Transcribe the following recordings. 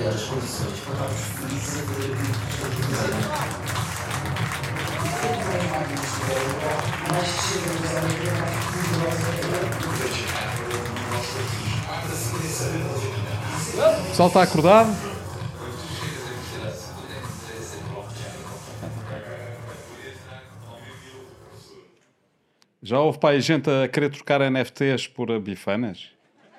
as condições para estarmos felizes a fazer aquilo que estamos a fazer. Quanto mais máquinas tiverem, mais chegamos à maneira mais poderosa. O pessoal está acordado? Já houve para aí gente a querer trocar NFTs por bifanas?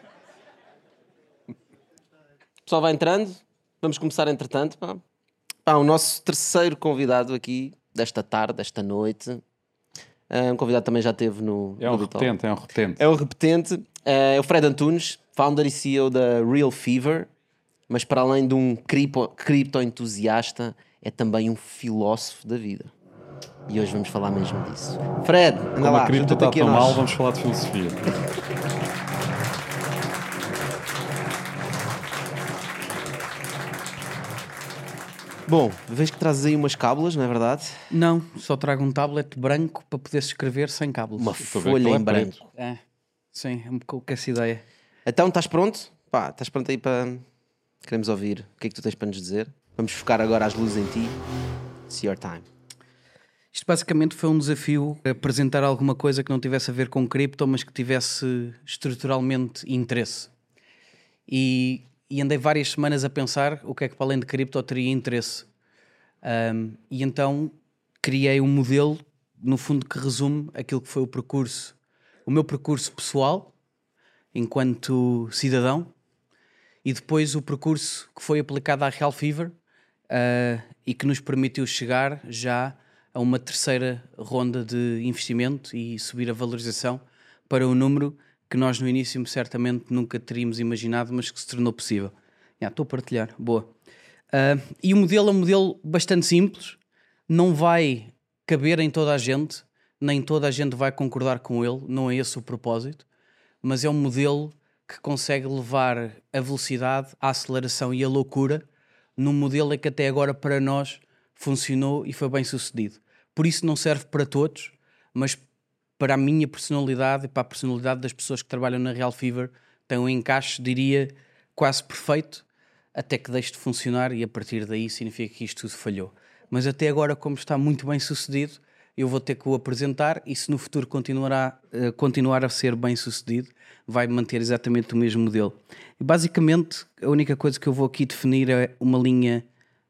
O pessoal vai entrando. Vamos começar entretanto. O nosso terceiro convidado aqui desta tarde, desta noite. Um convidado também já esteve no... É um repetente. É um repetente. É o Fred Antunes, founder e CEO da Real Fever. Mas para além de um cripto-entusiasta, é também um filósofo da vida. E hoje vamos falar mesmo disso. Fred, anda Como lá, a cripto está tão nós. mal, vamos falar de filosofia. Bom, vejo que trazes aí umas cábulas, não é verdade? Não, só trago um tablet branco para poder escrever sem cábulas. Uma Estou a ver folha que ele em é branco. preto. É, sim, é um pouco essa ideia. Então, estás pronto? Estás pronto aí para... Queremos ouvir o que é que tu tens para nos dizer. Vamos focar agora as luzes em ti. It's your time. Isto basicamente foi um desafio, apresentar alguma coisa que não tivesse a ver com cripto, mas que tivesse estruturalmente interesse. E andei várias semanas a pensar o que é que para além de cripto teria interesse. E então criei um modelo, no fundo, que resume aquilo que foi o meu percurso pessoal, enquanto cidadão, e depois o percurso que foi aplicado à Real Fever e que nos permitiu chegar já a uma terceira ronda de investimento e subir a valorização para um número que nós no início certamente nunca teríamos imaginado, mas que se tornou possível. Estou a partilhar, boa. E o modelo é um modelo bastante simples, não vai caber em toda a gente, nem toda a gente vai concordar com ele, não é esse o propósito, mas é um modelo que consegue levar a velocidade, a aceleração e a loucura num modelo em que até agora para nós funcionou e foi bem sucedido. Por isso não serve para todos, mas para a minha personalidade e para a personalidade das pessoas que trabalham na Real Fever tem um encaixe, diria, quase perfeito, até que deixe de funcionar e a partir daí significa que isto tudo falhou. Mas até agora, como está muito bem sucedido, eu vou ter que o apresentar e se no futuro continuar a ser bem sucedido, vai manter exatamente o mesmo modelo. E basicamente, a única coisa que eu vou aqui definir é uma linha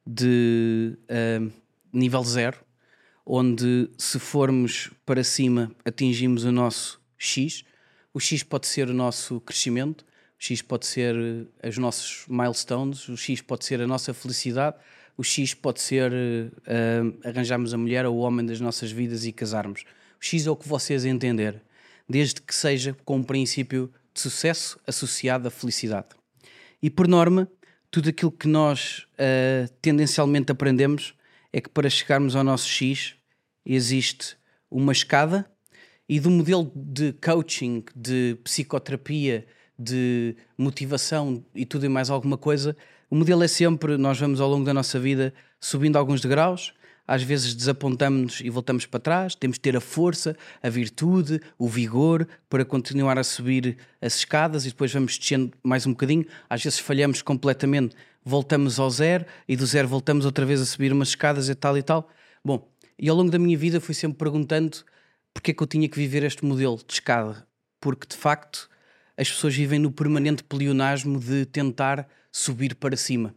de nível 0, onde se formos para cima atingimos o nosso X. O X pode ser o nosso crescimento, o X pode ser os nossos milestones, o X pode ser a nossa felicidade, o X pode ser arranjarmos a mulher ou o homem das nossas vidas e casarmos. O X é o que vocês entenderem, desde que seja com um princípio de sucesso associado à felicidade. E por norma, tudo aquilo que nós tendencialmente aprendemos é que para chegarmos ao nosso X existe uma escada e do modelo de coaching, de psicoterapia, de motivação e tudo e mais alguma coisa, o modelo é sempre, nós vamos ao longo da nossa vida subindo alguns degraus, às vezes desapontamos-nos e voltamos para trás, temos de ter a força, a virtude, o vigor para continuar a subir as escadas e depois vamos descendo mais um bocadinho, às vezes falhamos completamente, voltamos ao zero e do zero voltamos outra vez a subir umas escadas e tal e tal. Bom, e ao longo da minha vida fui sempre perguntando porque é que eu tinha que viver este modelo de escada, porque de facto as pessoas vivem no permanente pleonasmo de tentar subir para cima.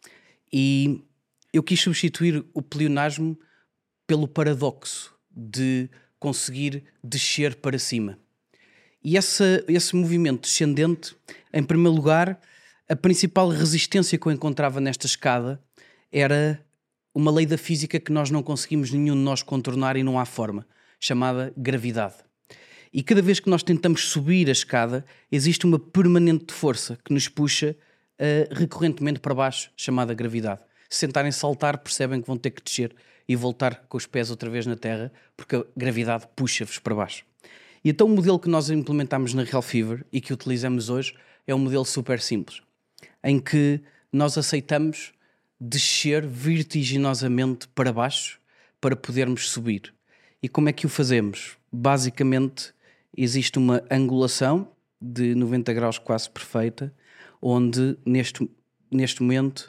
E eu quis substituir o pleonasmo pelo paradoxo de conseguir descer para cima. E esse movimento descendente, em primeiro lugar, a principal resistência que eu encontrava nesta escada era uma lei da física que nós não conseguimos nenhum de nós contornar e não há forma, chamada gravidade. E cada vez que nós tentamos subir a escada, existe uma permanente força que nos puxa recorrentemente para baixo, chamada gravidade. Se tentarem saltar, percebem que vão ter que descer e voltar com os pés outra vez na terra, porque a gravidade puxa-vos para baixo. E então o modelo que nós implementamos na Real Fever e que utilizamos hoje é um modelo super simples, em que nós aceitamos descer vertiginosamente para baixo para podermos subir. E como é que o fazemos? Basicamente, existe uma angulação de 90 graus quase perfeita, onde neste momento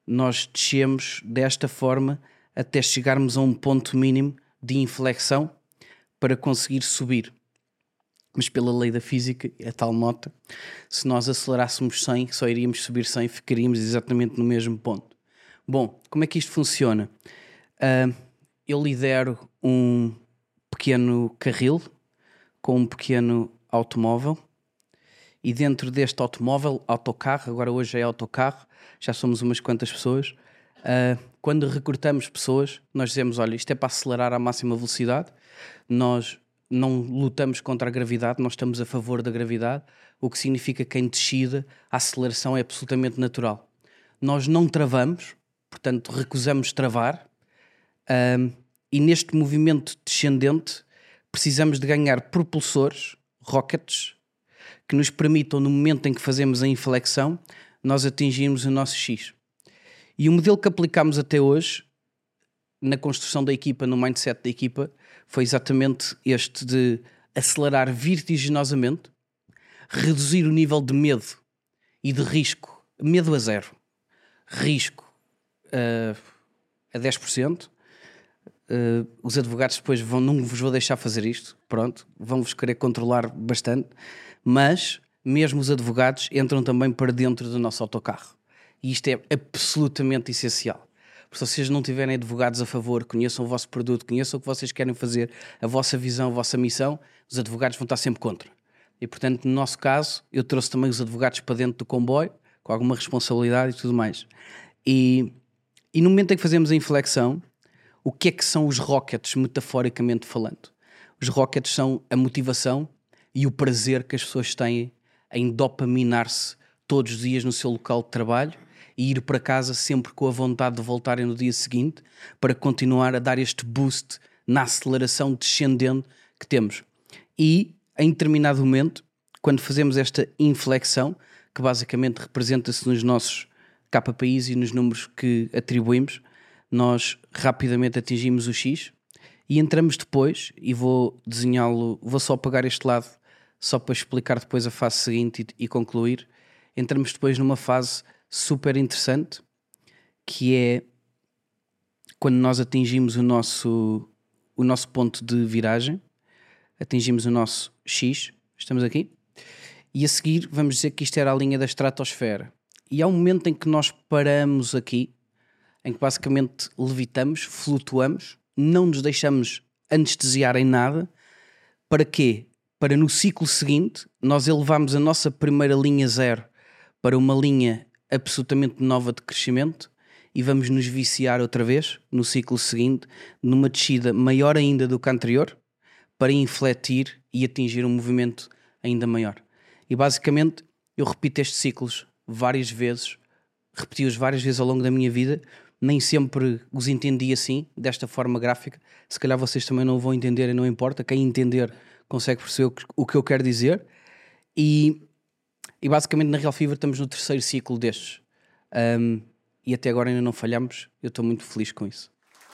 nós descemos desta forma até chegarmos a um ponto mínimo de inflexão para conseguir subir. Mas pela lei da física, a tal nota, se nós acelerássemos 100, só iríamos subir 100, ficaríamos exatamente no mesmo ponto. Bom, como é que isto funciona? Eu lidero um pequeno carril com um pequeno automóvel e dentro deste automóvel, autocarro, agora hoje é autocarro, já somos umas quantas pessoas. Quando recrutamos pessoas, nós dizemos, olha, isto é para acelerar à máxima velocidade, nós não lutamos contra a gravidade, nós estamos a favor da gravidade, o que significa que em descida a aceleração é absolutamente natural. Nós não travamos, portanto recusamos travar, e neste movimento descendente precisamos de ganhar propulsores, rockets, que nos permitam, no momento em que fazemos a inflexão, nós atingirmos o nosso X. E o modelo que aplicámos até hoje, na construção da equipa, no mindset da equipa, foi exatamente este de acelerar vertiginosamente, reduzir o nível de medo e de risco, medo a 0, risco a 10%. Os advogados depois não vos vou deixar fazer isto, pronto, vão-vos querer controlar bastante, mas mesmo os advogados entram também para dentro do nosso autocarro. E isto é absolutamente essencial. Porque se vocês não tiverem advogados a favor, conheçam o vosso produto, conheçam o que vocês querem fazer, a vossa visão, a vossa missão, os advogados vão estar sempre contra. E portanto, no nosso caso, eu trouxe também os advogados para dentro do comboio, com alguma responsabilidade e tudo mais. E no momento em que fazemos a inflexão, o que é que são os rockets, metaforicamente falando? Os rockets são a motivação e o prazer que as pessoas têm em dopaminar-se todos os dias no seu local de trabalho e ir para casa sempre com a vontade de voltarem no dia seguinte para continuar a dar este boost na aceleração descendente que temos. E, em determinado momento, quando fazemos esta inflexão, que basicamente representa-se nos nossos KPIs e nos números que atribuímos, nós rapidamente atingimos o X e entramos depois, e vou desenhá-lo, vou só apagar este lado, só para explicar depois a fase seguinte e concluir. Entramos depois numa fase super interessante, que é quando nós atingimos o nosso ponto de viragem, atingimos o nosso X, estamos aqui, e a seguir vamos dizer que isto era a linha da estratosfera. E há um momento em que nós paramos aqui, em que basicamente levitamos, flutuamos, não nos deixamos anestesiar em nada. Para quê? Para no ciclo seguinte nós elevamos a nossa primeira linha zero para uma linha absolutamente nova de crescimento e vamos nos viciar outra vez no ciclo seguinte numa descida maior ainda do que a anterior para infletir e atingir um movimento ainda maior. E basicamente eu repito estes ciclos várias vezes, repeti-os várias vezes ao longo da minha vida, nem sempre os entendi assim, desta forma gráfica. Se calhar vocês também não vão entender e não importa, quem entender consegue perceber o que eu quero dizer. E basicamente na Real Fever estamos no terceiro ciclo destes. E até agora ainda não falhamos. Eu estou muito feliz com isso.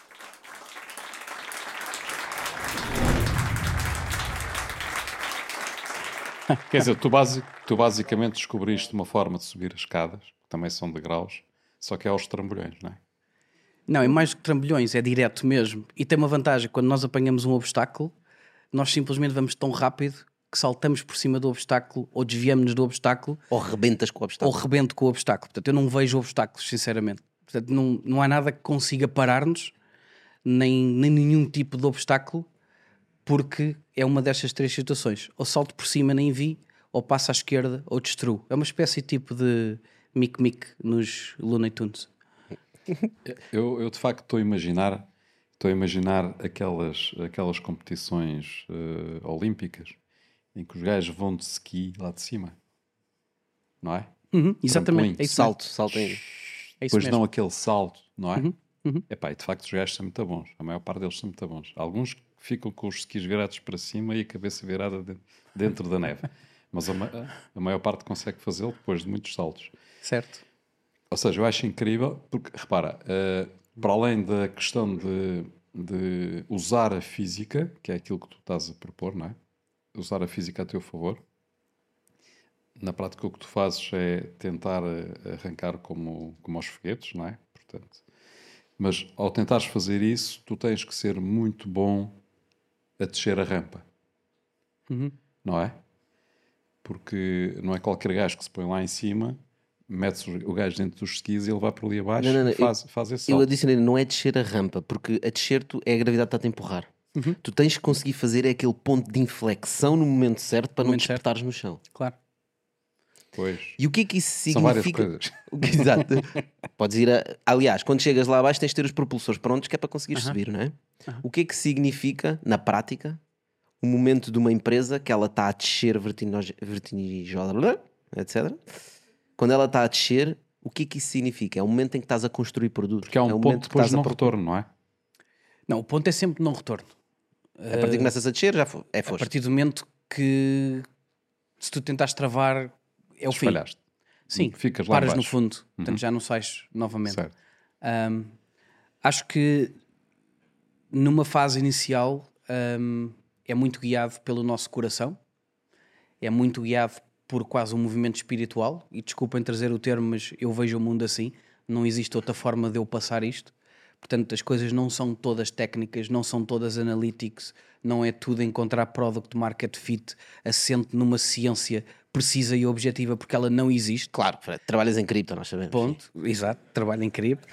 Quer dizer, tu basicamente descobriste uma forma de subir as escadas, que também são degraus, só que é aos trambolhões, não é? Não, é mais que trambolhões, é direto mesmo. E tem uma vantagem, quando nós apanhamos um obstáculo, nós simplesmente vamos tão rápido que saltamos por cima do obstáculo ou desviamos-nos do obstáculo. Ou rebentas com o obstáculo. Ou rebento com o obstáculo. Portanto, eu não vejo obstáculos, sinceramente. Portanto, não há nada que consiga parar-nos, nem nenhum tipo de obstáculo, porque é uma destas três situações. Ou salto por cima, nem vi, ou passo à esquerda, ou destruo. É uma espécie tipo de mic-mic nos Looney Tunes. Eu de facto estou a imaginar aquelas competições olímpicas em que os gajos vão de ski lá de cima, não é? Exatamente, é isso. Salto aí. É isso Depois mesmo. dão aquele salto, não é? Epá, e de facto os gajos são muito bons, a maior parte deles são muito bons. Alguns ficam com os skis virados para cima e a cabeça virada dentro da neve, mas a maior parte consegue fazê-lo depois de muitos saltos. Certo. Ou seja, eu acho incrível, porque, repara, para além da questão de usar a física, que é aquilo que tu estás a propor, não é? Usar a física a teu favor, na prática o que tu fazes é tentar arrancar como aos foguetes, não é? Portanto, mas ao tentares fazer isso, tu tens que ser muito bom a descer a rampa. Não é? Porque não é qualquer gajo que se põe lá em cima, metes o gajo dentro dos skis e ele vai por ali abaixo Não, e faz esse Eu salto. adicionei, não é descer a rampa, porque a descer é a gravidade que está a te empurrar. Tu tens que conseguir fazer aquele ponto de inflexão no momento certo para não momento despertares no chão. Claro. Pois. E o que é que isso São várias significa? coisas. Exato. Podes ir a... Aliás, quando chegas lá abaixo tens de ter os propulsores prontos que é para conseguir subir, não é? O que é que significa, na prática, o momento de uma empresa que ela está a descer vertiginosa, etc. Quando ela está a descer, o que é que isso significa? É o momento em que estás a construir produtos. Porque há um momento ponto que depois estás de a não propor- retorno, não é? Não, o ponto é sempre não retorno. A partir que começas a descer, já foi. É A foste. partir do momento que se tu tentares travar, é o fim. Espalhaste. Sim, Ficas lá paras no embaixo. fundo. Portanto, já não sais novamente. Certo. Acho que numa fase inicial é muito guiado pelo nosso coração, é muito guiado por quase um movimento espiritual, e desculpem trazer o termo, mas eu vejo o mundo assim, não existe outra forma de eu passar isto. Portanto, as coisas não são todas técnicas, não são todas analytics, não é tudo encontrar product market fit assente numa ciência precisa e objetiva, porque ela não existe. Claro, Fred, trabalhas em cripto, nós sabemos. Ponto, exato, trabalho em cripto.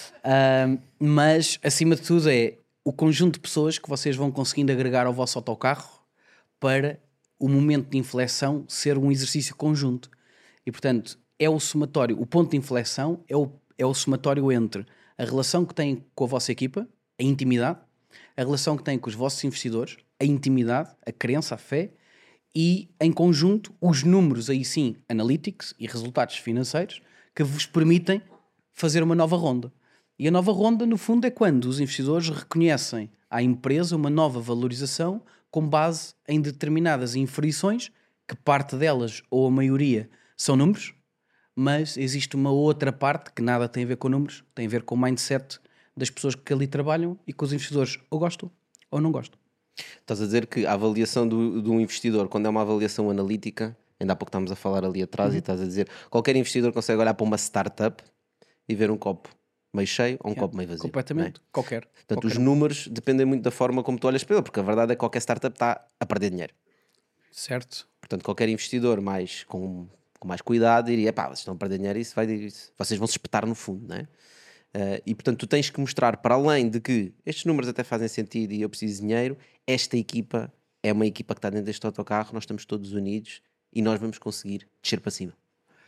Mas, acima de tudo, é o conjunto de pessoas que vocês vão conseguindo agregar ao vosso autocarro para o momento de inflexão ser um exercício conjunto. E, portanto, é o somatório, o ponto de inflexão é o somatório entre a relação que têm com a vossa equipa, a intimidade, a relação que têm com os vossos investidores, a intimidade, a crença, a fé, e, em conjunto, os números, aí sim, analytics e resultados financeiros, que vos permitem fazer uma nova ronda. E a nova ronda, no fundo, é quando os investidores reconhecem à empresa uma nova valorização com base em determinadas inferições, que parte delas, ou a maioria, são números, mas existe uma outra parte que nada tem a ver com números, tem a ver com o mindset das pessoas que ali trabalham e que os investidores ou gostam ou não gostam. Estás a dizer que a avaliação de um investidor, quando é uma avaliação analítica, ainda há pouco estávamos a falar ali atrás e estás a dizer, qualquer investidor consegue olhar para uma startup e ver um copo meio cheio ou um copo meio vazio. Completamente, não é? qualquer. Portanto, os números dependem muito da forma como tu olhas para ele, porque a verdade é que qualquer startup está a perder dinheiro. Certo. Portanto, qualquer investidor com mais cuidado diria, pá, vocês estão a perder dinheiro, vocês vão se espetar no fundo, não é? E portanto tu tens que mostrar, para além de que estes números até fazem sentido e eu preciso de dinheiro, esta equipa é uma equipa que está dentro deste autocarro, nós estamos todos unidos e nós vamos conseguir descer para cima.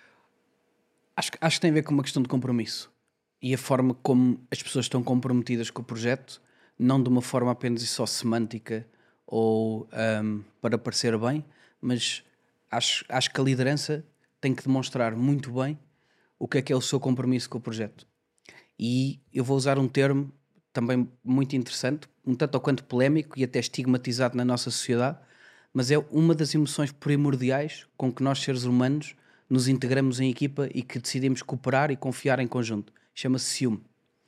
Acho que tem a ver com uma questão de compromisso e a forma como as pessoas estão comprometidas com o projeto, não de uma forma apenas e só semântica ou para parecer bem, mas acho que a liderança tem que demonstrar muito bem o que é o seu compromisso com o projeto. E eu vou usar um termo também muito interessante, um tanto ou quanto polémico e até estigmatizado na nossa sociedade, mas é uma das emoções primordiais com que nós, seres humanos, nos integramos em equipa e que decidimos cooperar e confiar em conjunto. Chama-se ciúme.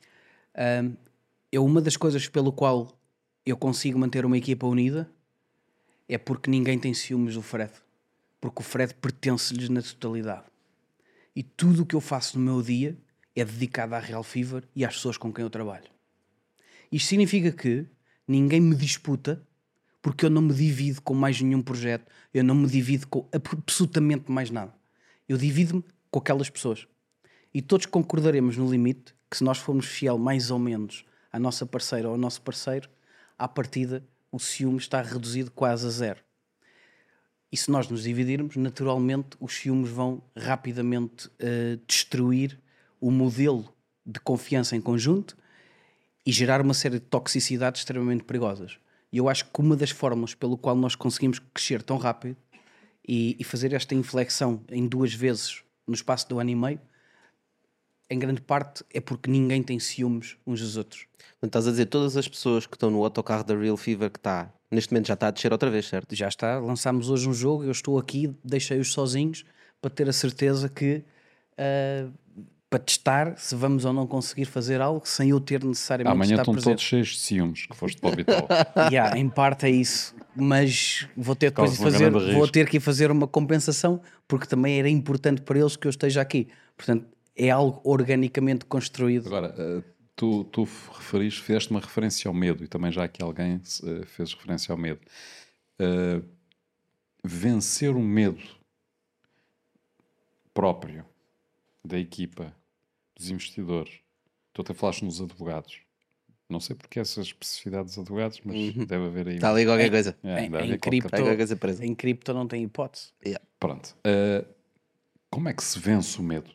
É uma das coisas pelo qual eu consigo manter uma equipa unida, é porque ninguém tem ciúmes do Fred. Porque o Fred pertence-lhes na totalidade. E tudo o que eu faço no meu dia é dedicado à Real Fever e às pessoas com quem eu trabalho. Isto significa que ninguém me disputa porque eu não me divido com mais nenhum projeto, eu não me divido com absolutamente mais nada. Eu divido-me com aquelas pessoas. E todos concordaremos no limite que se nós formos fiel mais ou menos à nossa parceira ou ao nosso parceiro, à partida o ciúme está reduzido quase a zero. E se nós nos dividirmos, naturalmente os ciúmes vão rapidamente destruir o modelo de confiança em conjunto e gerar uma série de toxicidades extremamente perigosas. E eu acho que uma das formas pelo qual nós conseguimos crescer tão rápido e fazer esta inflexão em 2 vezes no espaço de 1 ano e meio, em grande parte é porque ninguém tem ciúmes uns dos outros. Portanto, estás a dizer, todas as pessoas que estão no autocarro da Real Fever, que está, neste momento já está a descer outra vez, certo? Já está, lançámos hoje um jogo, eu estou aqui, deixei-os sozinhos para ter a certeza que para testar se vamos ou não conseguir fazer algo sem eu ter necessariamente Amanhã estar estão presente. todos cheios de ciúmes que foste para o Vital. Em parte é isso, mas vou ter, depois de Causa um fazer, grande vou risco. ter que ir fazer uma compensação porque também era importante para eles que eu esteja aqui. Portanto, é algo organicamente construído. Agora, tu fizeste uma referência ao medo, e também já aqui alguém fez referência ao medo. Vencer o medo próprio da equipa, dos investidores. Tu até falaste nos advogados. Não sei porque essa especificidade dos advogados, mas deve haver aí. Está ali qualquer coisa. Deve haver Em cripto, qualquer coisa presa. em cripto não tem hipótese. Pronto. Como é que se vence o medo?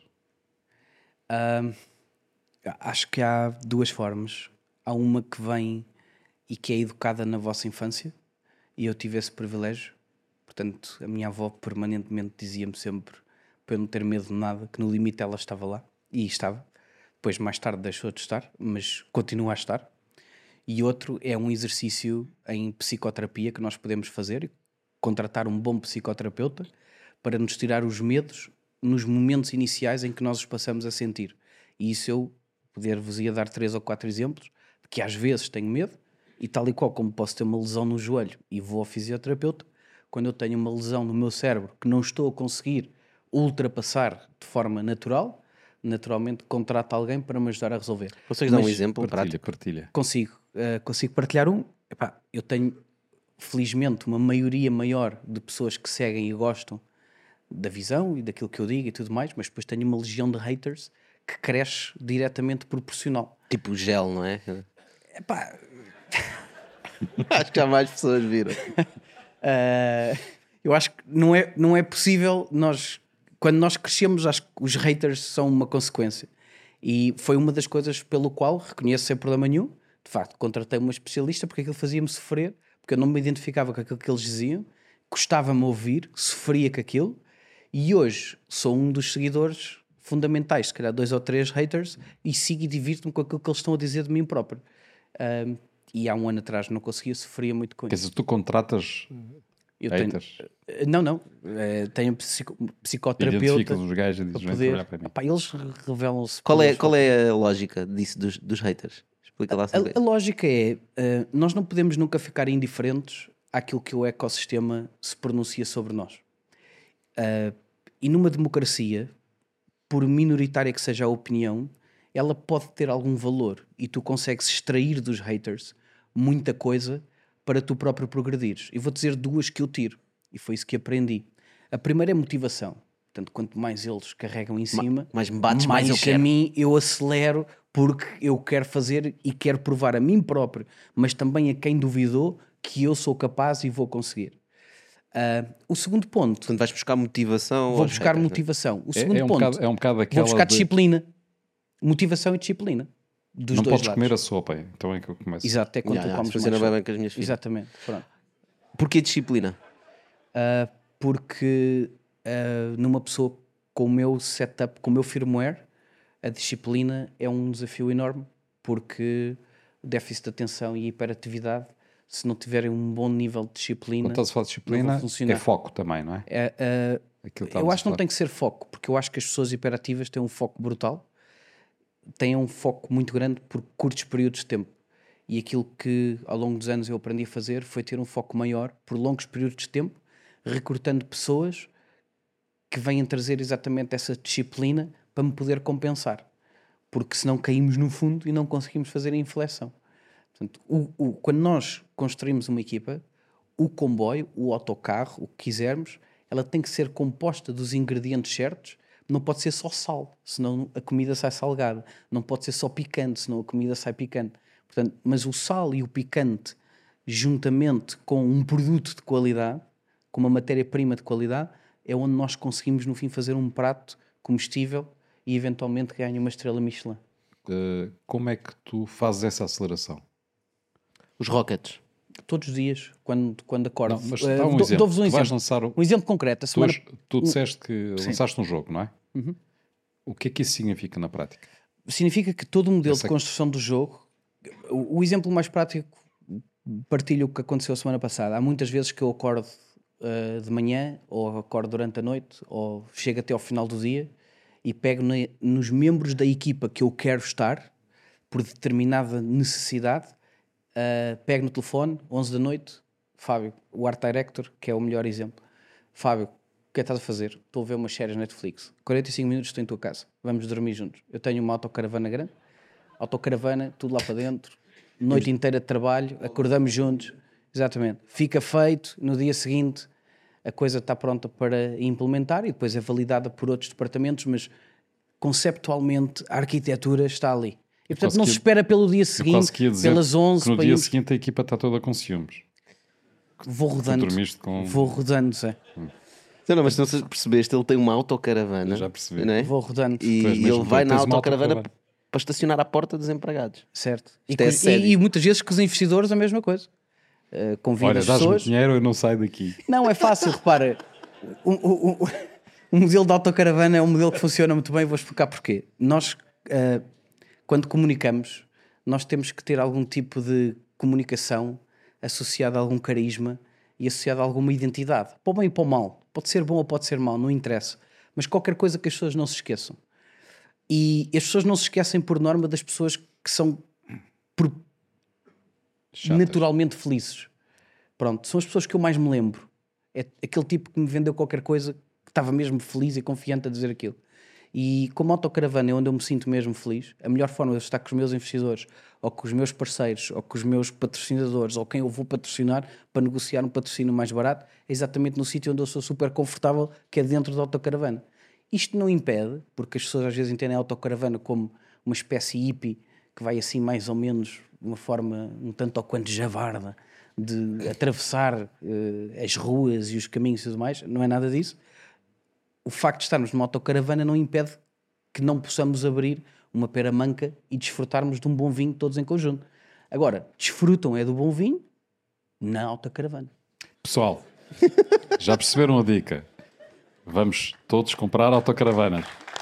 Acho que há duas formas. Há uma que vem e que é educada na vossa infância, e eu tive esse privilégio. Portanto, a minha avó permanentemente dizia-me sempre para eu não ter medo de nada, que no limite ela estava lá, e estava. Depois, mais tarde, deixou de estar, mas continua a estar. E outro é um exercício em psicoterapia que nós podemos fazer, contratar um bom psicoterapeuta para nos tirar os medos nos momentos iniciais em que nós os passamos a sentir. E isso eu poder-vos ia dar 3 ou 4 exemplos de que às vezes tenho medo, e tal e qual como posso ter uma lesão no joelho e vou ao fisioterapeuta, quando eu tenho uma lesão no meu cérebro que não estou a conseguir ultrapassar de forma natural, naturalmente contrato alguém para me ajudar a resolver. Consegues dar um exemplo prático? Partilha. Consigo partilhar um. Epá, eu tenho, felizmente, uma maioria maior de pessoas que seguem e gostam da visão e daquilo que eu digo e tudo mais, mas depois tenho uma legião de haters que cresce diretamente proporcional. Tipo gel, não é? Epá, Acho que já mais pessoas viram. eu acho que não é possível quando nós crescemos, acho que os haters são uma consequência, e foi uma das coisas pelo qual reconheço sem problema nenhum, de facto contratei uma especialista porque aquilo fazia-me sofrer, porque eu não me identificava com aquilo que eles diziam, custava-me ouvir, sofria com aquilo, e hoje sou um dos seguidores fundamentais, se calhar 2 ou 3 haters, e sigo e divirto-me com aquilo que eles estão a dizer de mim próprio. E há um ano atrás não conseguia, sofria muito com Quer isso. dizer, tu contratas Eu haters? Não. Tenho psicoterapeuta. Identificas os gajos e dizes, vem trabalhar para mim. Opá, eles revelam-se. Qual é a lógica disso dos haters? Explica lá sobre A lógica é, nós não podemos nunca ficar indiferentes àquilo que o ecossistema se pronuncia sobre nós. E numa democracia, por minoritária que seja a opinião, ela pode ter algum valor e tu consegues extrair dos haters muita coisa para tu próprio progredires. E vou dizer 2 que eu tiro, e foi isso que aprendi. A primeira é motivação. Portanto, quanto mais eles carregam em cima, mais me bates, mais eu a quero. mim eu acelero, porque eu quero fazer e quero provar a mim próprio, mas também a quem duvidou, que eu sou capaz e vou conseguir. O segundo ponto, Portanto, vais buscar motivação. vou aos buscar haters, motivação. O segundo um ponto, bocado, é um bocado vou aquela buscar de, disciplina. Motivação e disciplina. Dos não dois podes lados. comer a sopa, então é que eu começo. Exato, é quando Yeah, tu comes funciona mais bem com as minhas filhas. Exatamente, pronto. Porquê disciplina? Porque numa pessoa com o meu setup, com o meu firmware, a disciplina é um desafio enorme, porque o déficit de atenção e a hiperatividade, se não tiverem um bom nível de disciplina, Quando estás a falar de não disciplina, vão funcionar. é foco também, não é? Aquilo que Eu acho que não falar. tem que ser foco, porque eu acho que as pessoas hiperativas têm um foco brutal, têm um foco muito grande por curtos períodos de tempo. E aquilo que ao longo dos anos eu aprendi a fazer foi ter um foco maior por longos períodos de tempo, recrutando pessoas que venham trazer exatamente essa disciplina para me poder compensar. Porque senão caímos no fundo e não conseguimos fazer a inflexão. Portanto, quando nós construímos uma equipa, o comboio, o autocarro, o que quisermos, ela tem que ser composta dos ingredientes certos. Não pode ser só sal, senão a comida sai salgada. Não pode ser só picante, senão a comida sai picante. Portanto, mas o sal e o picante, juntamente com um produto de qualidade, com uma matéria-prima de qualidade, é onde nós conseguimos, no fim, fazer um prato comestível e, eventualmente, ganhar uma estrela Michelin. Como é que tu fazes essa aceleração? Os rockets. Todos os dias, quando acordo. Não, mas dá um exemplo. Dou-vos um Tu vais exemplo. lançar Um exemplo concreto. A semana... Tu disseste que lançaste um jogo, não é? O que é que isso significa na prática? Significa que todo o modelo de construção do jogo... O exemplo mais prático, partilho o que aconteceu a semana passada. Há muitas vezes que eu acordo de manhã, ou acordo durante a noite, ou chego até ao final do dia e pego nos membros da equipa que eu quero estar, por determinada necessidade, pego no telefone, 11 da noite, Fábio, o Art Director, que é o melhor exemplo. Fábio, que estás a fazer? Estou a ver umas séries Netflix. 45 minutos estou em tua casa. Vamos dormir juntos. Eu tenho uma autocaravana grande. Autocaravana, tudo lá para dentro. Noite inteira de trabalho. Acordamos juntos. Exatamente. Fica feito. No dia seguinte a coisa está pronta para implementar e depois é validada por outros departamentos, mas conceptualmente a arquitetura está ali. E portanto não se espera pelo dia seguinte, pelas 11. Que no dia seguinte a equipa está toda com ciúmes. Vou rodando. Vou rodando, Zé. Não, mas se não percebeste, ele tem uma autocaravana. Já percebi. Não é? Vou rodando. E ele vai na autocaravana para estacionar à porta dos empregados. Certo. E muitas vezes com os investidores a mesma coisa. Convida Olha, as pessoas. dás-me dinheiro, eu não saio daqui. Não, é fácil, repara. O modelo de autocaravana é um modelo que funciona muito bem, vou explicar porquê. Nós, quando comunicamos, nós temos que ter algum tipo de comunicação associada a algum carisma e associada a alguma identidade. Para o bem e para o mal. Pode ser bom ou pode ser mau, não interessa. Mas qualquer coisa que as pessoas não se esqueçam. E as pessoas não se esquecem, por norma, das pessoas que são naturalmente felizes. Pronto, são as pessoas que eu mais me lembro. É aquele tipo que me vendeu qualquer coisa que estava mesmo feliz e confiante a dizer aquilo. E como autocaravana é onde eu me sinto mesmo feliz, a melhor forma de eu estar com os meus investidores, ou com os meus parceiros, ou com os meus patrocinadores, ou quem eu vou patrocinar para negociar um patrocínio mais barato, é exatamente no sítio onde eu sou super confortável, que é dentro da autocaravana. Isto não impede, porque as pessoas às vezes entendem a autocaravana como uma espécie hippie, que vai assim mais ou menos de uma forma um tanto ou quanto javarda, de atravessar as ruas e os caminhos e tudo mais. Não é nada disso. O facto de estarmos numa autocaravana não impede que não possamos abrir uma pera manca e desfrutarmos de um bom vinho todos em conjunto. Agora, desfrutam é do bom vinho na autocaravana. Pessoal, já perceberam a dica? Vamos todos comprar autocaravanas.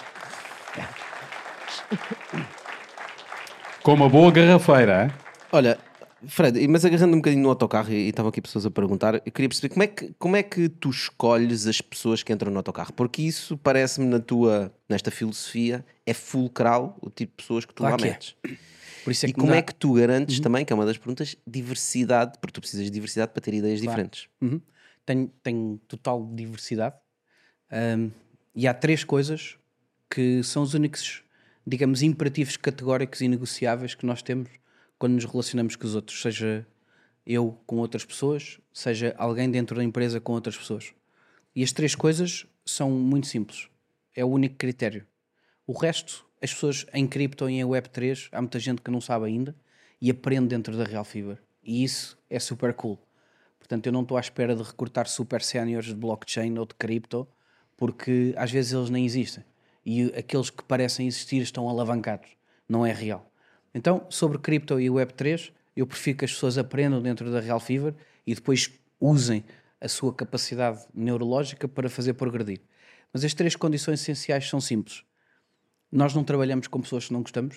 Com uma boa garrafeira, hein? Olha, Fred, mas agarrando um bocadinho no autocarro, e estavam aqui pessoas a perguntar, eu queria perceber como é que tu escolhes as pessoas que entram no autocarro? Porque isso parece-me nesta filosofia, é fulcral o tipo de pessoas que tu lá metes. Por isso é que como é que tu garantes também, que é uma das perguntas, diversidade, porque tu precisas de diversidade para ter ideias diferentes. Tenho total diversidade. E há 3 coisas que são os únicos, digamos, imperativos categóricos e negociáveis que nós temos quando nos relacionamos com os outros, seja eu com outras pessoas, seja alguém dentro da empresa com outras pessoas. E as 3 coisas são muito simples. É o único critério. O resto, as pessoas em cripto e em Web3, há muita gente que não sabe ainda e aprende dentro da Real Fever. E isso é super cool. Portanto, eu não estou à espera de recrutar super séniores de blockchain ou de cripto, porque às vezes eles nem existem. E aqueles que parecem existir estão alavancados. Não é real. Então, sobre cripto e Web3, eu prefiro que as pessoas aprendam dentro da Real Fever e depois usem a sua capacidade neurológica para fazer progredir. Mas as 3 condições essenciais são simples. Nós não trabalhamos com pessoas que não gostamos.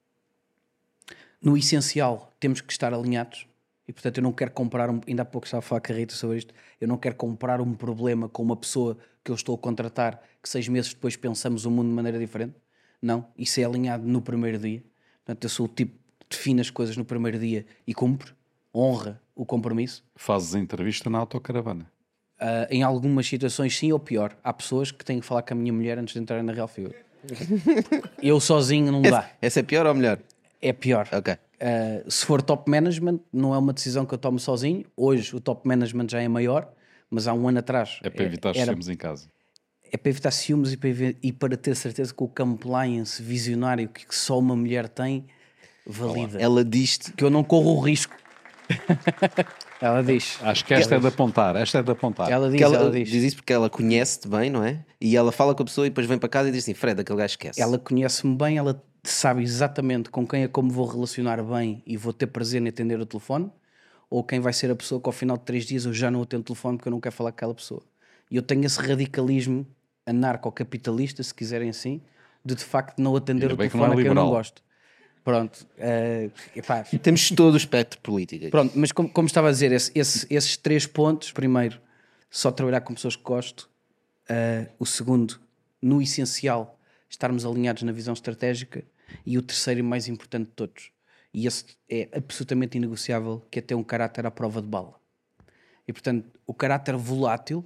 No essencial, temos que estar alinhados. E, portanto, eu não quero comprar... Ainda há pouco estava a falar com a Rita sobre isto. Eu não quero comprar um problema com uma pessoa que eu estou a contratar, que 6 meses depois pensamos o mundo de maneira diferente. Não. Isso é alinhado no primeiro dia. Portanto, eu sou o tipo que define as coisas no primeiro dia e cumpre, honra o compromisso. Fazes a entrevista na autocaravana. Em algumas situações sim ou pior. Há pessoas que têm que falar com a minha mulher antes de entrar na Real Fever. Eu sozinho não dá. Essa é pior ou melhor? É pior. Ok. Se for top management, não é uma decisão que eu tomo sozinho. Hoje o top management já é maior, mas há um ano atrás... É para evitar ciúmes em casa. É para evitar ciúmes e para ter certeza que o compliance visionário que só uma mulher tem valida. Ela diz-te que eu não corro o risco. Ela diz. Acho que esta é de apontar. Ela diz isso porque ela conhece-te bem, não é? E ela fala com a pessoa e depois vem para casa e diz assim: Fred, aquele gajo esquece. Ela conhece-me bem, ela sabe exatamente com quem é como vou relacionar bem e vou ter prazer em atender o telefone, ou quem vai ser a pessoa que ao final de 3 dias eu já não atendo o telefone porque eu não quero falar com aquela pessoa. E eu tenho esse radicalismo anarcocapitalista, se quiserem assim, de facto não atender o telefone a quem eu não gosto. Pronto. Temos todo o espectro político. Pronto, mas como estava a dizer, esses 3 pontos: primeiro, só trabalhar com pessoas que gosto. O segundo, no essencial, estarmos alinhados na visão estratégica. E o terceiro e mais importante de todos, e esse é absolutamente inegociável, que é ter um caráter à prova de bala. E portanto, o caráter volátil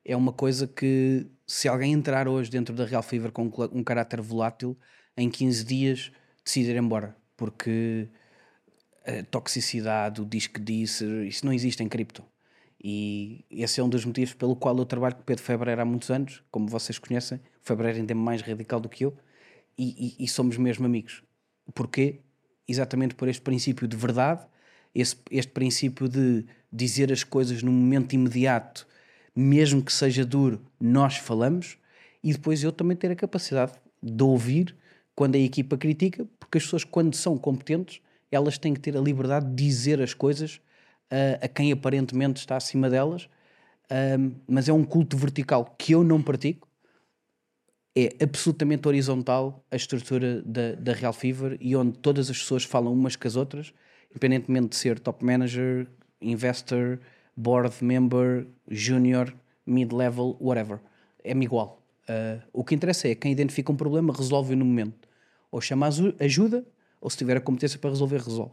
é uma coisa que, se alguém entrar hoje dentro da Real Fever com um caráter volátil, em 15 dias decide ir embora, porque a toxicidade, o diz que disse, isso não existe em cripto. E esse é um dos motivos pelo qual eu trabalho com o Pedro Febreira há muitos anos. Como vocês conhecem, o Febreira ainda é mais radical do que eu, e somos mesmo amigos. Porquê? Exatamente por este princípio de verdade, este princípio de dizer as coisas no momento imediato, mesmo que seja duro, nós falamos, e depois eu também ter a capacidade de ouvir quando a equipa critica, porque as pessoas, quando são competentes, elas têm que ter a liberdade de dizer as coisas a quem aparentemente está acima delas, mas é um culto vertical que eu não pratico. É absolutamente horizontal a estrutura da Real Fever, e onde todas as pessoas falam umas com as outras, independentemente de ser top manager, investor, board member, junior, mid-level, whatever. É-me igual. O que interessa é quem identifica um problema, resolve-o no momento. Ou chama ajuda, ou se tiver a competência para resolver, resolve.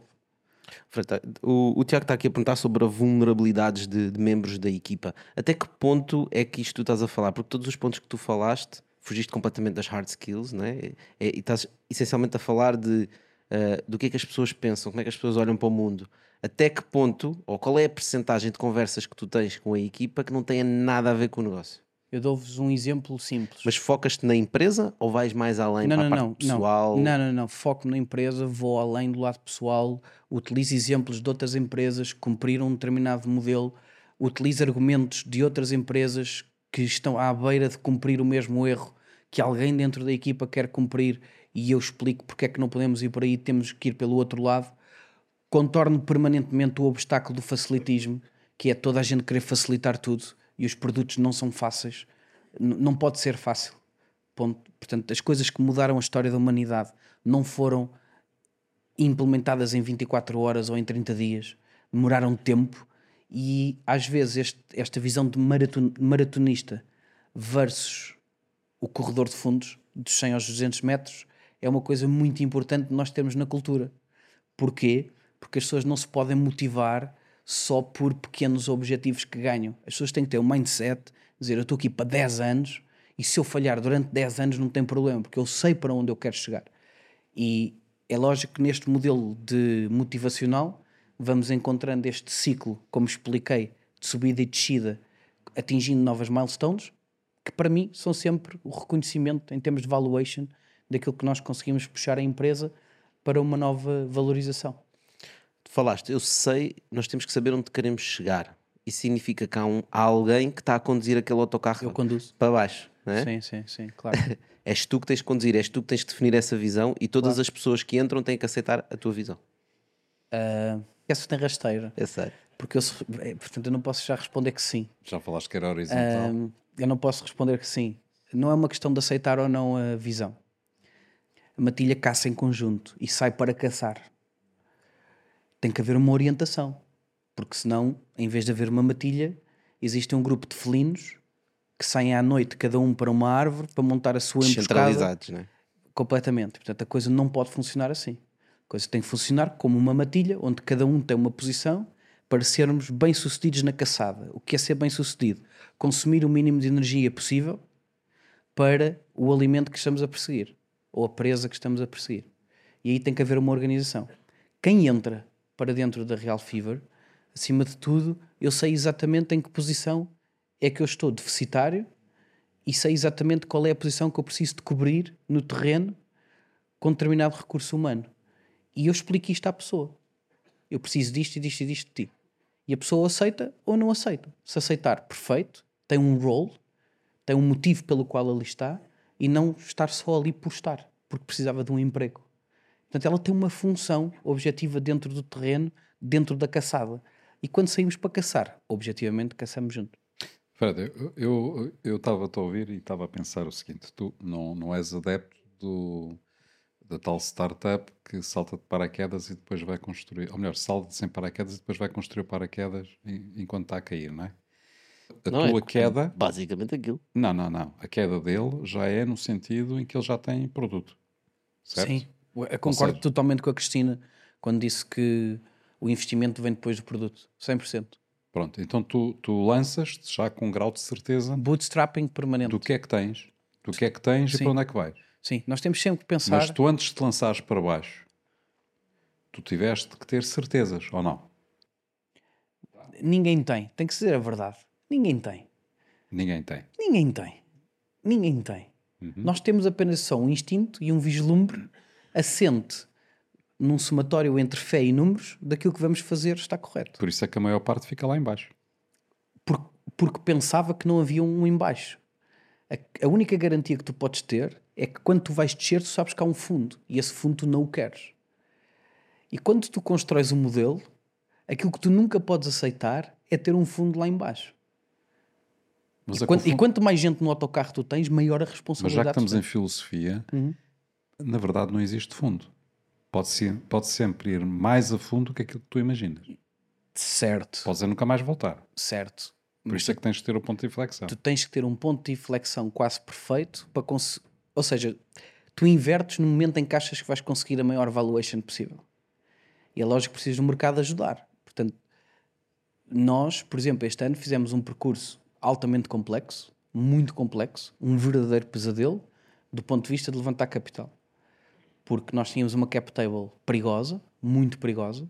O Tiago está aqui a perguntar sobre as vulnerabilidades de membros da equipa. Até que ponto é que isto tu estás a falar? Porque todos os pontos que tu falaste, fugiste completamente das hard skills, não é? E estás essencialmente a falar do que é que as pessoas pensam, como é que as pessoas olham para o mundo. Até que ponto, ou qual é a percentagem de conversas que tu tens com a equipa que não tenha nada a ver com o negócio? Eu dou-vos um exemplo simples. Mas focas-te na empresa ou vais mais além para a parte pessoal? Não. Foco na empresa, vou além do lado pessoal, utilizo exemplos de outras empresas que cumpriram um determinado modelo, utilizo argumentos de outras empresas que estão à beira de cumprir o mesmo erro que alguém dentro da equipa quer cumprir, e eu explico porque é que não podemos ir por aí, temos que ir pelo outro lado. Contorno permanentemente o obstáculo do facilitismo, que é toda a gente querer facilitar tudo, e os produtos não são fáceis. Não pode ser fácil. Ponto. Portanto, as coisas que mudaram a história da humanidade não foram implementadas em 24 horas ou em 30 dias. Demoraram tempo, e às vezes esta visão de maratonista versus o corredor de fundos, dos 100 aos 200 metros, é uma coisa muito importante de nós termos na cultura. Porquê? Porque as pessoas não se podem motivar só por pequenos objetivos que ganham. As pessoas têm que ter um mindset, dizer, eu estou aqui para 10 anos, e se eu falhar durante 10 anos não tem problema, porque eu sei para onde eu quero chegar. E é lógico que neste modelo de motivacional vamos encontrando este ciclo, como expliquei, de subida e descida, atingindo novas milestones, que para mim são sempre o reconhecimento em termos de valuation daquilo que nós conseguimos puxar a empresa para uma nova valorização. Tu falaste, eu sei, nós temos que saber onde queremos chegar. Isso significa que há alguém que está a conduzir aquele autocarro Eu conduzo. para baixo, não é? Sim, claro. És tu que tens de conduzir, és tu que tens de definir essa visão, e todas as pessoas que entram têm que aceitar a tua visão. Essa tem rasteira. É sério. Porque portanto, eu não posso já responder que sim. Já falaste que era horizontal. Eu não posso responder que sim. Não é uma questão de aceitar ou não a visão. A matilha caça em conjunto e sai para caçar. Tem que haver uma orientação. Porque senão, em vez de haver uma matilha, existe um grupo de felinos que saem à noite, cada um para uma árvore, para montar a sua emboscada. Descentralizados, não é? Completamente. Portanto, a coisa não pode funcionar assim. A coisa tem que funcionar como uma matilha, onde cada um tem uma posição para sermos bem-sucedidos na caçada. O que é ser bem-sucedido? Consumir o mínimo de energia possível para o alimento que estamos a perseguir, ou a presa que estamos a perseguir. E aí tem que haver uma organização. Quem entra para dentro da Real Fever, acima de tudo, eu sei exatamente em que posição é que eu estou deficitário, e sei exatamente qual é a posição que eu preciso de cobrir no terreno com determinado recurso humano. E eu explico isto à pessoa. Eu preciso disto e disto e disto de ti. E a pessoa aceita ou não aceita. Se aceitar, perfeito. Tem um role, tem um motivo pelo qual ali está, e não estar só ali por estar, porque precisava de um emprego. Portanto, ela tem uma função objetiva dentro do terreno, dentro da caçada. E quando saímos para caçar, objetivamente, caçamos junto. Fred, eu estava-te a ouvir e estava a pensar o seguinte: tu não és adepto da tal startup que salta de paraquedas e depois vai construir, ou melhor, salta sem paraquedas e depois vai construir o paraquedas enquanto está a cair, não é? A tua queda... Basicamente aquilo. Não. A queda dele já é no sentido em que ele já tem produto. Certo? Sim, eu concordo totalmente com a Cristina quando disse que o investimento vem depois do produto. 100%. Pronto, então tu lanças-te já com um grau de certeza Bootstrapping permanente. do que é que tens. Do que é que tens e Sim. para onde é que vais. Sim, nós temos sempre que pensar... Mas tu antes de te lançares para baixo, tu tiveste que ter certezas, ou não? Ninguém tem que dizer a verdade. Ninguém tem. Ninguém tem. Ninguém tem. Ninguém tem. Nós temos apenas só um instinto e um vislumbre assente num somatório entre fé e números daquilo que vamos fazer está correto. Por isso é que a maior parte fica lá em baixo. Porque pensava que não havia um em baixo. A única garantia que tu podes ter é que quando tu vais descer, tu sabes que há um fundo e esse fundo tu não o queres. E quando tu constróis um modelo, aquilo que tu nunca podes aceitar é ter um fundo lá em baixo. Mas, E quanto mais gente no autocarro tu tens, maior a mas responsabilidade. já que estamos tu em tens. filosofia, na verdade não existe fundo. Pode sempre ir mais a fundo do que aquilo que tu imaginas. Certo, Podes nunca mais voltar. certo. Por isso é que tens de ter o ponto de inflexão. Tu tens que ter um ponto de inflexão quase perfeito para conseguir. Ou seja, tu invertes no momento em que achas que vais conseguir a maior valuation possível. E é lógico que precisas do mercado ajudar. Portanto, nós, por exemplo, este ano fizemos um percurso altamente complexo, muito complexo, um verdadeiro pesadelo do ponto de vista de levantar capital. Porque nós tínhamos uma cap table perigosa, muito perigosa,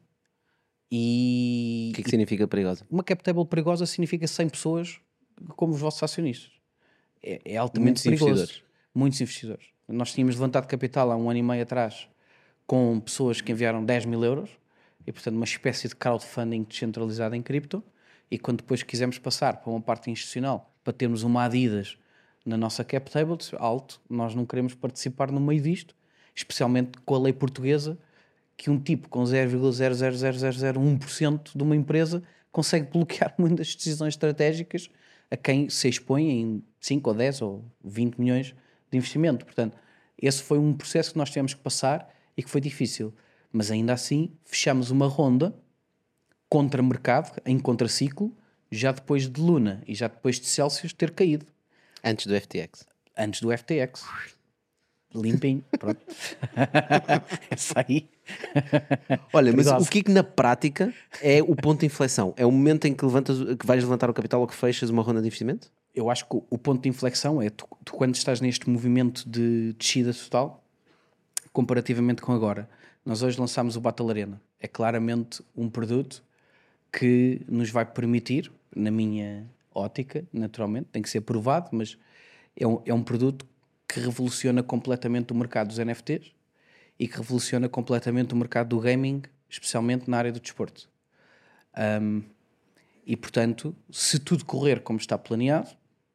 e O que é que significa perigosa? uma cap table perigosa significa 100 pessoas como os vossos acionistas. É altamente Muitos perigoso. investidores. Muitos investidores. Nós tínhamos levantado capital há 1 ano e meio atrás com pessoas que enviaram 10 mil euros e, portanto, uma espécie de crowdfunding descentralizado em cripto. E quando depois quisemos passar para uma parte institucional para termos uma Adidas na nossa cap table, disse, alto, nós não queremos participar no meio disto, especialmente com a lei portuguesa, que um tipo com 0,00001% de uma empresa consegue bloquear muitas decisões estratégicas a quem se expõe em 5 ou 10 ou 20 milhões de investimento. Portanto, esse foi um processo que nós tivemos que passar e que foi difícil. Mas ainda assim, fechamos uma ronda contra mercado, em contraciclo, já depois de Luna e já depois de Celsius ter caído. Antes do FTX. Antes do FTX. Limpinho, pronto. Esse aí. Olha, mas Perigoso. o que na prática é o ponto de inflexão? É o momento em que vais levantar o capital ou que fechas uma ronda de investimento? Eu acho que o ponto de inflexão é tu quando estás neste movimento de descida total, comparativamente com agora. Nós hoje lançámos o Battle Arena. É claramente um produto que nos vai permitir, na minha ótica, naturalmente, tem que ser provado, mas é um produto que revoluciona completamente o mercado dos NFTs e que revoluciona completamente o mercado do gaming, especialmente na área do desporto. E, portanto, se tudo correr como está planeado,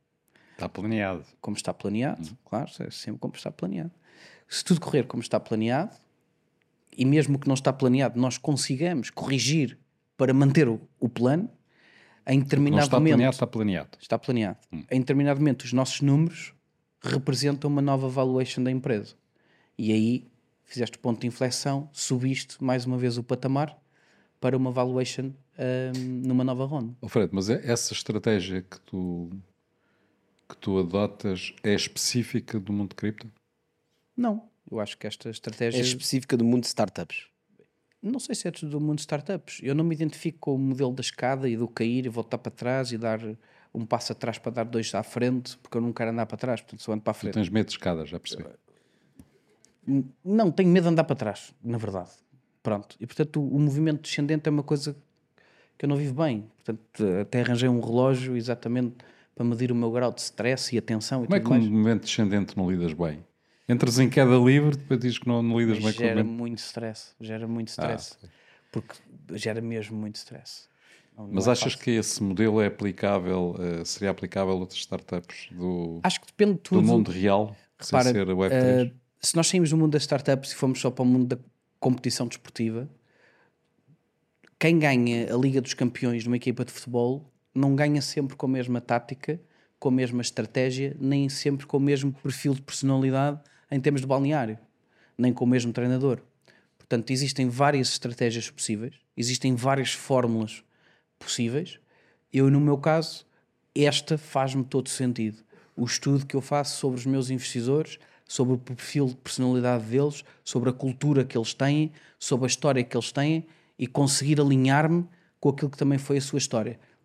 claro, é sempre como está planeado. Se tudo correr como está planeado, e mesmo que não está planeado, nós consigamos corrigir para manter o plano, em Não determinado está momento... planeado, está planeado. Está planeado. Em determinado momento, os nossos números representam uma nova valuation da empresa. E aí fizeste o ponto de inflexão, subiste mais uma vez o patamar para uma valuation numa nova ronda. Oh, Fred, mas essa estratégia que tu adotas é específica do mundo de cripto? Não, eu acho que esta estratégia... É específica do mundo de startups. Não sei se é tudo do mundo de startups. Eu não me identifico com o modelo da escada e do cair e voltar para trás e dar um passo atrás para dar 2 à frente, porque eu não quero andar para trás, portanto só ando para a Tu frente. tens medo de escadas, já percebi. Não, tenho medo de andar para trás, na verdade. Pronto. E portanto o movimento descendente é uma coisa que eu não vivo bem. Portanto, até arranjei um relógio exatamente para medir o meu grau de stress e atenção e Como é tudo que um mais. movimento descendente não lidas bem? Entras em queda livre, depois dizes que não lidas bem com o Gera movimento. muito stress. Porque gera mesmo muito stress. Mas Não é achas fácil. que esse modelo é aplicável, seria aplicável a outras startups Acho que depende de do tudo. mundo real, Repara, sem ser a Web3? se nós saímos do mundo das startups e formos só para o mundo da competição desportiva, quem ganha a Liga dos Campeões numa equipa de futebol não ganha sempre com a mesma tática, com a mesma estratégia, nem sempre com o mesmo perfil de personalidade em termos de balneário, nem com o mesmo treinador. Portanto, existem várias estratégias possíveis, existem várias fórmulas possíveis. Eu, no meu caso, esta faz-me todo sentido. O estudo que eu faço sobre os meus investidores, sobre o perfil de personalidade deles, sobre a cultura que eles têm, sobre a história que eles têm e conseguir alinhar-me com aquilo que também foi a sua história.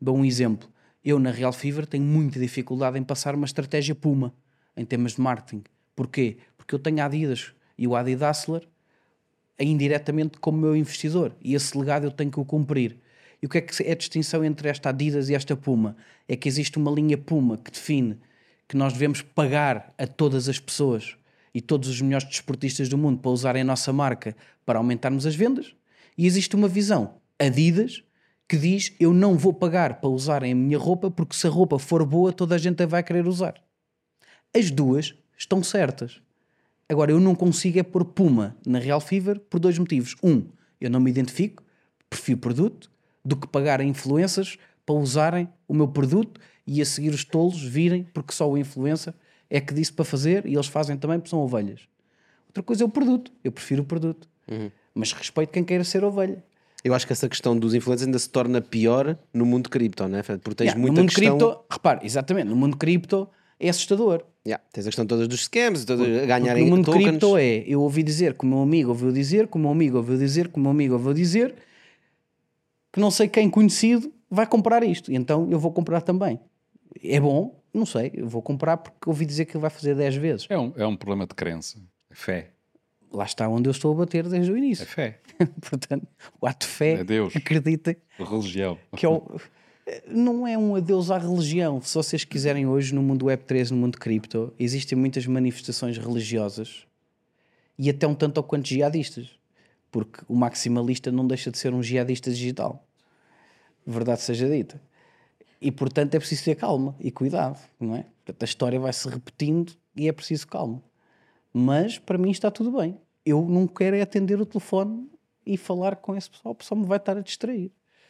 Dou um exemplo. Eu, na Real Fever, tenho muita dificuldade em passar uma estratégia Puma, em termos de marketing. Porquê? Porque eu tenho a Adidas e o Adidas Hustler indiretamente como meu investidor. E esse legado eu tenho que o cumprir. E o que é a distinção entre esta Adidas e esta Puma? É que existe uma linha Puma que define que nós devemos pagar a todas as pessoas e todos os melhores desportistas do mundo para usarem a nossa marca para aumentarmos as vendas. E existe uma visão Adidas que diz: eu não vou pagar para usarem a minha roupa, porque se a roupa for boa toda a gente a vai querer usar. As duas estão certas. Agora, eu não consigo é pôr Puma na Real Fever por 2 motivos. Eu não me identifico, prefiro produto, do que pagar a influencers para usarem o meu produto e a seguir os tolos virem, porque só o influencer é que disse para fazer, e eles fazem também porque são ovelhas. Outra coisa é o produto. Eu prefiro o produto. Mas respeito quem queira ser ovelha. Eu acho que essa questão dos influencers ainda se torna pior no mundo cripto, não é? Porque tens No muita mundo questão... cripto, repare, exatamente, no mundo cripto é assustador. Tens a questão toda dos scams, toda Porque ganharem no mundo tokens. cripto eu ouvi dizer que o meu amigo ouviu dizer, que o meu amigo ouviu dizer, que o meu amigo ouviu dizer, que não sei quem conhecido vai comprar isto. E então eu vou comprar também. É bom? Não sei. Eu vou comprar porque ouvi dizer que ele vai fazer 10 vezes. É um problema de crença. É fé. Lá está onde eu estou a bater desde o É início. fé. Portanto, o ato de fé, É Deus. acreditem Religião. que não é um adeus à religião. Se vocês quiserem hoje no mundo Web3, no mundo cripto, existem muitas manifestações religiosas e até um tanto ou quanto jihadistas, porque o maximalista não deixa de ser um jihadista digital, verdade seja dita, e portanto é preciso ter calma e cuidado, não é? Portanto, a história vai se repetindo e é preciso calma, mas para mim está tudo bem. Eu não quero é atender o telefone e falar com esse pessoal, o pessoal me vai estar a distrair.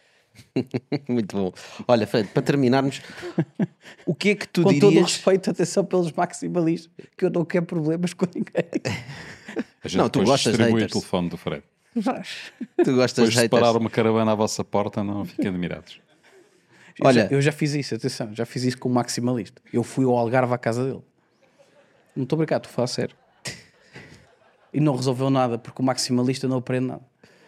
Muito bom. Olha, Fred, para terminarmos, o que é que tu Com dirias... todo o respeito, atenção pelos maximalistas, que eu não quero problemas com ninguém. A gente Não, tu depois gostas de distribui o haters. telefone do Fred. Tu gostas Depois de de haters? parar uma caravana à vossa porta, não fiquem admirados. Olha- Eu já fiz isso, atenção, já fiz isso com um maximalista. Eu fui ao Algarve à casa dele. Não estou a brincar, estou a falar sério. E não resolveu nada, porque o maximalista não aprende nada.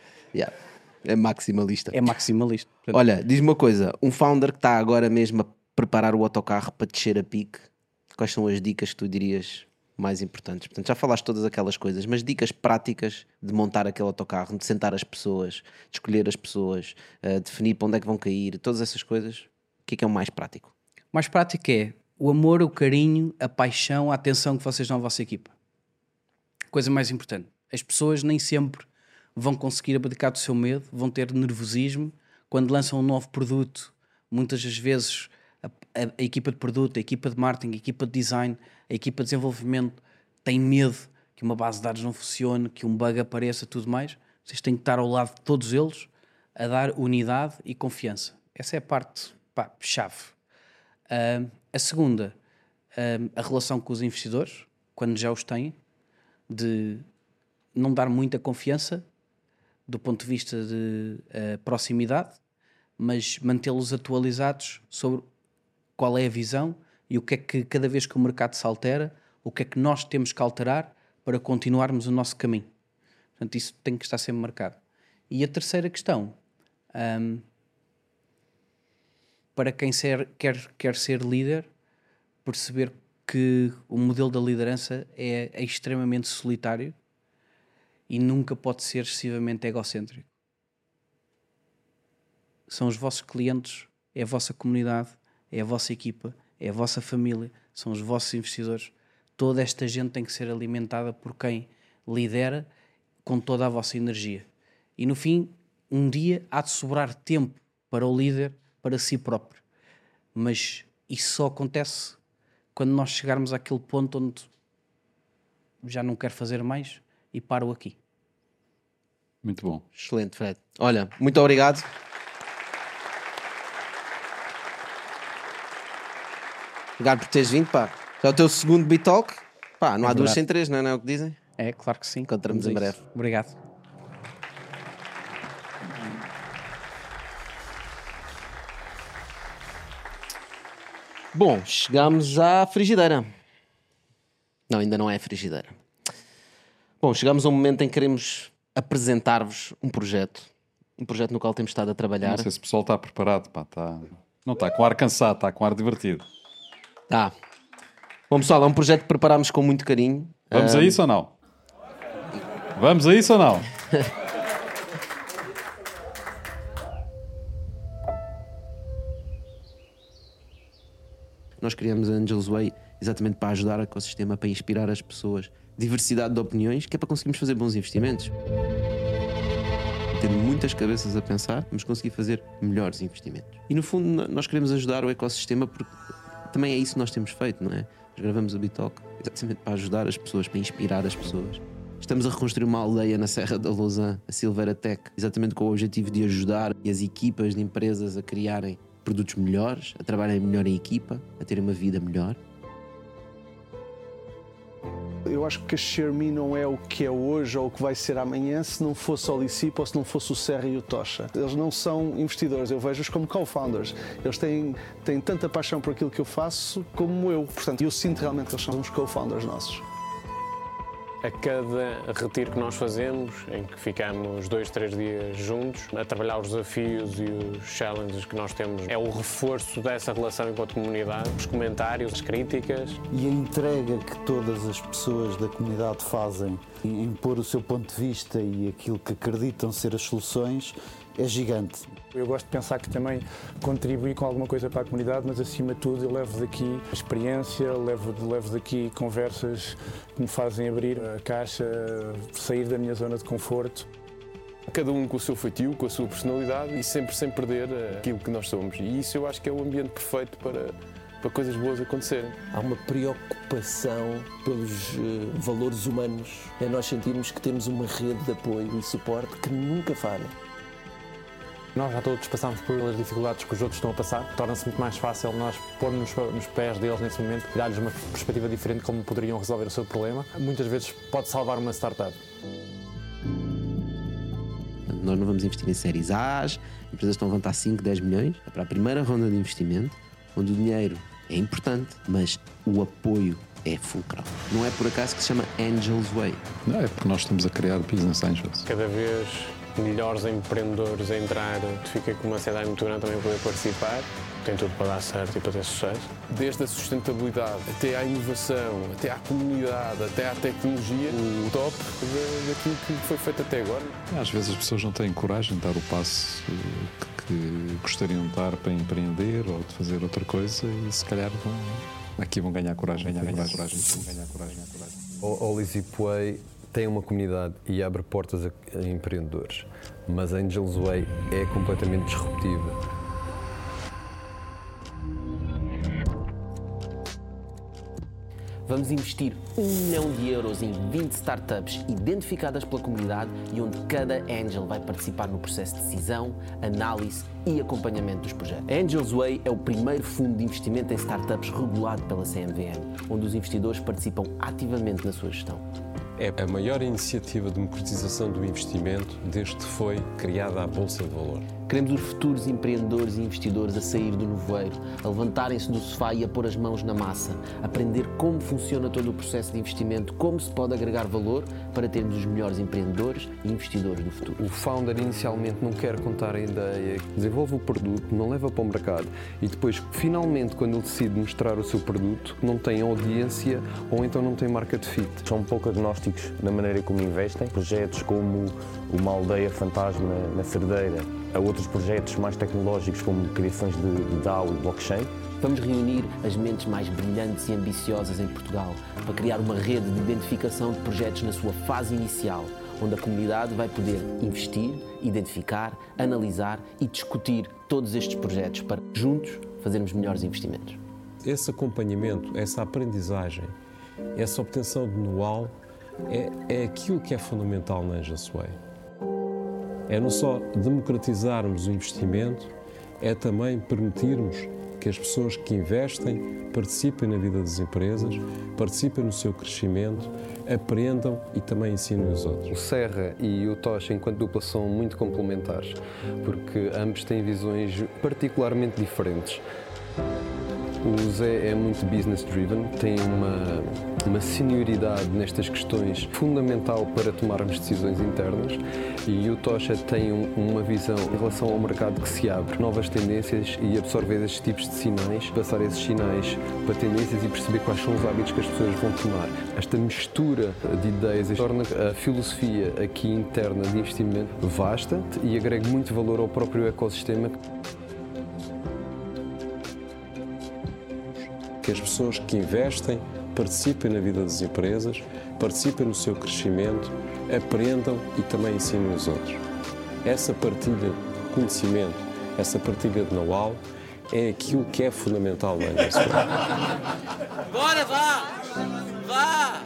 É maximalista. É maximalista. Portanto, Olha, diz-me uma coisa, um founder que está agora mesmo a preparar o autocarro para descer a pique, quais são as dicas que tu dirias mais importantes? Portanto, já falaste todas aquelas coisas, mas dicas práticas de montar aquele autocarro, de sentar as pessoas, de escolher as pessoas, definir para onde é que vão cair, todas essas coisas, o que é o mais prático? o mais prático é o amor, o carinho, a paixão, a atenção que vocês dão à vossa equipa. Coisa mais importante. As pessoas nem sempre vão conseguir abdicar do seu medo, vão ter nervosismo. Quando lançam um novo produto, muitas das vezes a equipa de produto, a equipa de marketing, a equipa de design, a equipa de desenvolvimento tem medo que uma base de dados não funcione, que um bug apareça, tudo mais. Vocês têm que estar ao lado de todos eles a dar unidade e confiança. Essa é a parte chave. A segunda, a relação com os investidores, quando já os têm, de não dar muita confiança do ponto de vista de proximidade, mas mantê-los atualizados sobre qual é a visão e o que é que cada vez que o mercado se altera, o que é que nós temos que alterar para continuarmos o nosso caminho. Portanto, isso tem que estar sempre marcado. E a terceira questão, para quem quer ser líder, perceber que o modelo da liderança é extremamente solitário e nunca pode ser excessivamente egocêntrico. São os vossos clientes, é a vossa comunidade, é a vossa equipa, é a vossa família, são os vossos investidores. Toda esta gente tem que ser alimentada por quem lidera com toda a vossa energia. E no fim, um dia há de sobrar tempo para o líder, para si próprio. Mas isso só acontece quando nós chegarmos àquele ponto onde já não quero fazer mais e paro aqui. Muito bom. Excelente, Fred. Olha, muito obrigado. Obrigado por teres vindo, pá. Já é o teu segundo Bitalk. Pá, não há duas verdade. sem três, não é o que dizem? É, claro que sim. Encontramos Vamos em a isso. breve. Obrigado. Bom, chegamos à frigideira. Não, ainda não é a frigideira. Bom, chegamos a um momento em que queremos apresentar-vos um projeto no qual temos estado a trabalhar. Não sei se o pessoal está preparado. Pá, Não está com ar cansado, está com ar divertido. Tá. Bom, pessoal, é um projeto que preparámos com muito carinho. Vamos a isso ou não? Vamos a isso ou não? Nós criamos a Angels Way exatamente para ajudar o ecossistema, para inspirar as pessoas. Diversidade de opiniões, que é para conseguirmos fazer bons investimentos. Tendo muitas cabeças a pensar, vamos conseguir fazer melhores investimentos. E no fundo nós queremos ajudar o ecossistema porque também é isso que nós temos feito, não é? Nós gravamos o Bitalk exatamente para ajudar as pessoas, para inspirar as pessoas. Estamos a reconstruir uma aldeia na Serra da Lousã, a Silveira Tech, exatamente com o objetivo de ajudar as equipas de empresas a criarem produtos melhores, a trabalharem melhor em equipa, a terem uma vida melhor. Eu acho que a Xiaomi não é o que é hoje ou o que vai ser amanhã se não fosse o Licipo ou se não fosse o Serra e o Tocha. Eles não são investidores, eu vejo-os como co-founders. Eles têm tanta paixão por aquilo que eu faço como eu. Portanto, eu sinto realmente que eles são os co-founders nossos. A cada retiro que nós fazemos, em que ficamos 2, 3 dias juntos, a trabalhar os desafios e os challenges que nós temos, é o reforço dessa relação enquanto comunidade, os comentários, as críticas. E a entrega que todas as pessoas da comunidade fazem em pôr o seu ponto de vista e aquilo que acreditam ser as soluções é gigante. Eu gosto de pensar que também contribuí com alguma coisa para a comunidade, mas acima de tudo eu levo daqui a experiência, levo daqui conversas que me fazem abrir a caixa, sair da minha zona de conforto. Cada um com o seu feitio, com a sua personalidade e sempre sem perder aquilo que nós somos. E isso eu acho que é o ambiente perfeito para coisas boas acontecerem. Há uma preocupação pelos valores humanos. Nós sentimos que temos uma rede de apoio e suporte que nunca falha. Nós já todos passamos por as dificuldades que os outros estão a passar. Torna-se muito mais fácil nós pôr-nos nos pés deles nesse momento e dar-lhes uma perspectiva diferente de como poderiam resolver o seu problema. Muitas vezes pode salvar uma startup. Nós não vamos investir em séries A, as empresas estão a levantar 5, 10 milhões. É para a primeira ronda de investimento, onde o dinheiro é importante, mas o apoio é fulcral. Não é por acaso que se chama Angels Way. Não, é porque nós estamos a criar Business Angels. Cada vez melhores empreendedores a entrar, fiquei com uma ansiedade muito grande também poder participar. Tem tudo para dar certo e para ter sucesso. Desde a sustentabilidade até à inovação, até à comunidade, até à tecnologia, o top daquilo que foi feito até agora. Às vezes as pessoas não têm coragem de dar o passo que gostariam de dar para empreender ou de fazer outra coisa e se calhar vão ganhar coragem. O Licipo Way tem uma comunidade e abre portas a empreendedores, mas a Angels Way é completamente disruptiva. Vamos investir 1 milhão de euros em 20 startups identificadas pela comunidade e onde cada Angel vai participar no processo de decisão, análise e acompanhamento dos projetos. A Angels Way é o primeiro fundo de investimento em startups regulado pela CMVM, onde os investidores participam ativamente na sua gestão. É a maior iniciativa de democratização do investimento desde que foi criada a Bolsa de Valor. Queremos os futuros empreendedores e investidores a sair do nevoeiro, a levantarem-se do sofá e a pôr as mãos na massa, aprender como funciona todo o processo de investimento, como se pode agregar valor para termos os melhores empreendedores e investidores do futuro. O founder inicialmente não quer contar a ideia, desenvolve o produto, não leva para o mercado e depois, finalmente, quando ele decide mostrar o seu produto, não tem audiência ou então não tem market fit. São pouco agnósticos na maneira como investem. Projetos como uma aldeia fantasma na Cerdeira, a outros projetos mais tecnológicos como criações de DAO e blockchain. Vamos reunir as mentes mais brilhantes e ambiciosas em Portugal para criar uma rede de identificação de projetos na sua fase inicial, onde a comunidade vai poder investir, identificar, analisar e discutir todos estes projetos para, juntos, fazermos melhores investimentos. Esse acompanhamento, essa aprendizagem, essa obtenção de know-how é aquilo que é fundamental na Angels Way. É não só democratizarmos o investimento, é também permitirmos que as pessoas que investem participem na vida das empresas, participem no seu crescimento, aprendam e também ensinem os outros. O Serra e o Tocha, enquanto dupla, são muito complementares, porque ambos têm visões particularmente diferentes. O Zé é muito business driven, tem uma senioridade nestas questões fundamental para tomarmos decisões internas, e o Tocha tem uma visão em relação ao mercado que se abre, novas tendências, e absorver esses tipos de sinais, passar esses sinais para tendências e perceber quais são os hábitos que as pessoas vão tomar. Esta mistura de ideias torna a filosofia aqui interna de investimento vasta e agrega muito valor ao próprio ecossistema. Que as pessoas que investem participem na vida das empresas, participem no seu crescimento, aprendam e também ensinem os outros. Essa partilha de conhecimento, essa partilha de know-how é aquilo que é fundamental na Angel Way. Bora, vá! Vá!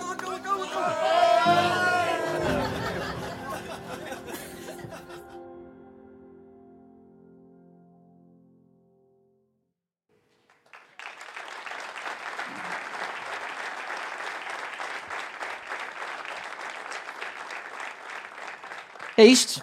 É isto.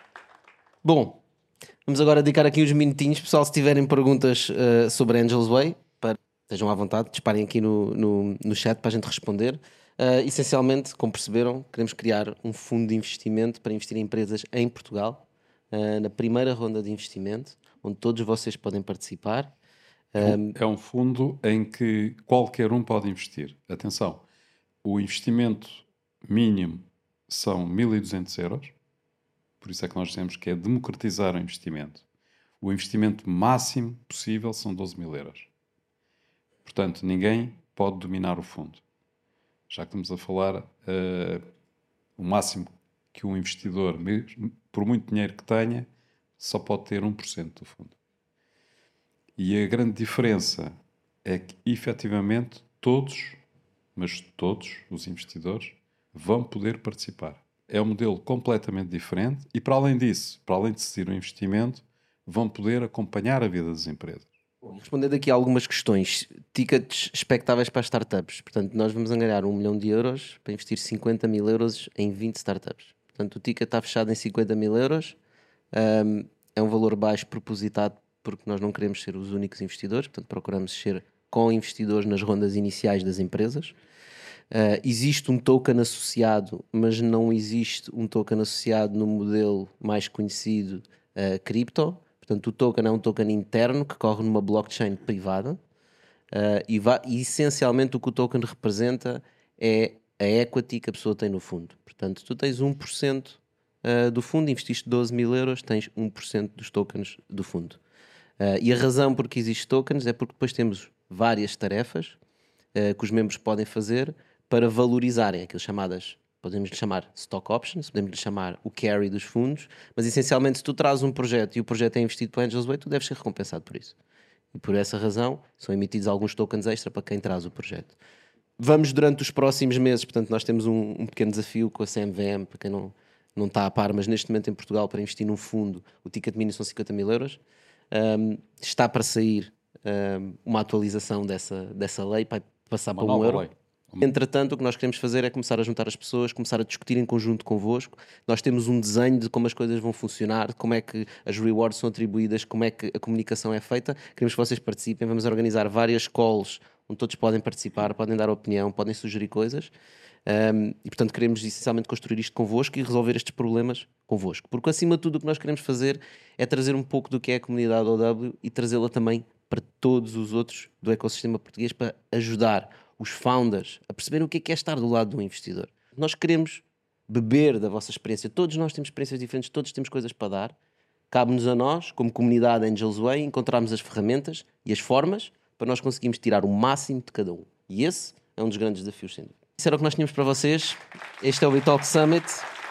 Bom, vamos agora dedicar aqui uns minutinhos. Pessoal, se tiverem perguntas sobre Angel's Way, estejam à vontade, disparem aqui no chat para a gente responder. Essencialmente, como perceberam, queremos criar um fundo de investimento para investir em empresas em Portugal, na primeira ronda de investimento, onde todos vocês podem participar. É um fundo em que qualquer um pode investir. Atenção, o investimento mínimo são 1.200 euros. Por isso é que nós dizemos que é democratizar o investimento. O investimento máximo possível são 12.000 euros. Portanto, ninguém pode dominar o fundo. Já que estamos a falar, o máximo que um investidor, por muito dinheiro que tenha, só pode ter 1% do fundo. E a grande diferença é que, efetivamente, todos os investidores vão poder participar. É um modelo completamente diferente e, para além disso, para além de decidir o investimento, vão poder acompanhar a vida das empresas. Respondendo aqui a algumas questões, tickets expectáveis para as startups. Portanto, nós vamos angariar 1 milhão de euros para investir 50.000 euros em 20 startups. Portanto, o ticket está fechado em 50.000 euros. É um valor baixo propositado porque nós não queremos ser os únicos investidores. Portanto, procuramos ser co-investidores nas rondas iniciais das empresas. Existe um token associado, mas não existe um token associado no modelo mais conhecido, cripto. Portanto, o token é um token interno que corre numa blockchain privada e essencialmente o que o token representa é a equity que a pessoa tem no fundo. Portanto, tu tens 1% do fundo, investiste 12.000 euros, tens 1% dos tokens do fundo. E a razão por que existe tokens é porque depois temos várias tarefas que os membros podem fazer para valorizarem aquilo chamadas, podemos lhe chamar stock options, podemos lhe chamar o carry dos fundos, mas essencialmente se tu trazes um projeto e o projeto é investido pela Angels Way, tu deves ser recompensado por isso. E por essa razão são emitidos alguns tokens extra para quem traz o projeto. Vamos durante os próximos meses, portanto nós temos um pequeno desafio com a CMVM, para quem não está a par, mas neste momento em Portugal para investir num fundo o ticket mínimo são 50.000 euros. Está para sair uma atualização dessa lei, para passar para 1 euro. Lei. Entretanto, o que nós queremos fazer é começar a juntar as pessoas, começar a discutir em conjunto convosco. Nós temos um desenho de como as coisas vão funcionar, como é que as rewards são atribuídas, como é que a comunicação é feita. Queremos que vocês participem. Vamos organizar várias calls onde todos podem participar, podem dar opinião, podem sugerir coisas. E, portanto, queremos essencialmente construir isto convosco e resolver estes problemas convosco. Porque, acima de tudo, o que nós queremos fazer é trazer um pouco do que é a comunidade OW e trazê-la também para todos os outros do ecossistema português para ajudar os founders a perceberem o que é estar do lado do investidor. Nós queremos beber da vossa experiência. Todos nós temos experiências diferentes, todos temos coisas para dar. Cabe-nos a nós, como comunidade Angels Way, encontrarmos as ferramentas e as formas para nós conseguirmos tirar o máximo de cada um. E esse é um dos grandes desafios, sem dúvida. Isso era o que nós tínhamos para vocês. Este é o Bitalk Summit.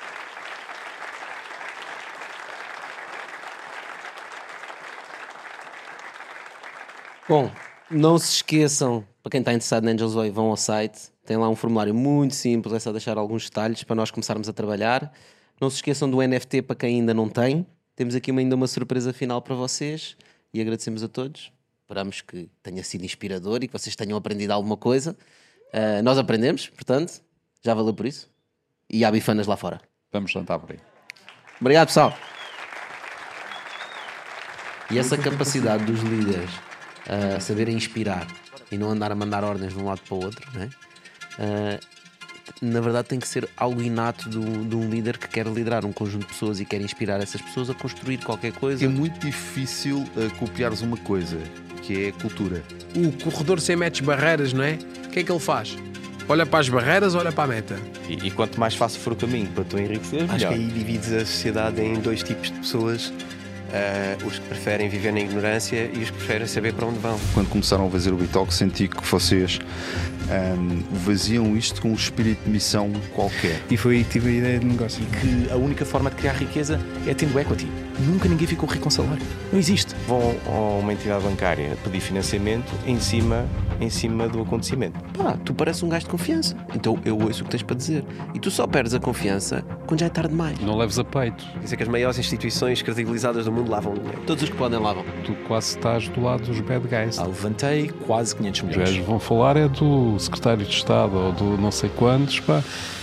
Bom, não se esqueçam, para quem está interessado na Angels Way, vão ao site. Tem lá um formulário muito simples, é só deixar alguns detalhes para nós começarmos a trabalhar. Não se esqueçam do NFT para quem ainda não tem. Temos aqui ainda uma surpresa final para vocês e agradecemos a todos. Esperamos que tenha sido inspirador e que vocês tenham aprendido alguma coisa. Nós aprendemos, portanto, já valeu por isso. E há bifanas lá fora. Vamos jantar por aí. Obrigado, pessoal. E essa capacidade dos líderes saberem inspirar e não andar a mandar ordens de um lado para o outro, não é? Na verdade tem que ser algo inato de um líder que quer liderar um conjunto de pessoas e quer inspirar essas pessoas a construir qualquer coisa. É muito difícil copiares uma coisa, que é a cultura. O corredor sem metes barreiras, não é? O que é que ele faz? Olha para as barreiras, olha para a meta. E quanto mais fácil for o caminho para tu enriquecer, melhor. Acho que aí divides a sociedade em dois tipos de pessoas. Os que preferem viver na ignorância e os que preferem saber para onde vão. Quando começaram a fazer o Bitalk, senti que vocês vaziam isto com um espírito de missão qualquer. E foi aí que tive a ideia de negócio. E que a única forma de criar riqueza é tendo equity. Nunca ninguém ficou rico com salário. Não existe. Vão a uma entidade bancária pedir financiamento em cima do acontecimento. Tu pareces um gajo de confiança. Então eu ouço o que tens para dizer. E tu só perdes a confiança quando já é tarde demais. Não leves a peito. Isso é que as maiores instituições credibilizadas do mundo lavam dinheiro. Todos os que podem lavam. Tu quase estás do lado dos bad guys. Levantei quase 500 milhões. Os gajos vão falar é do secretário de Estado ou do não sei quantos, pá.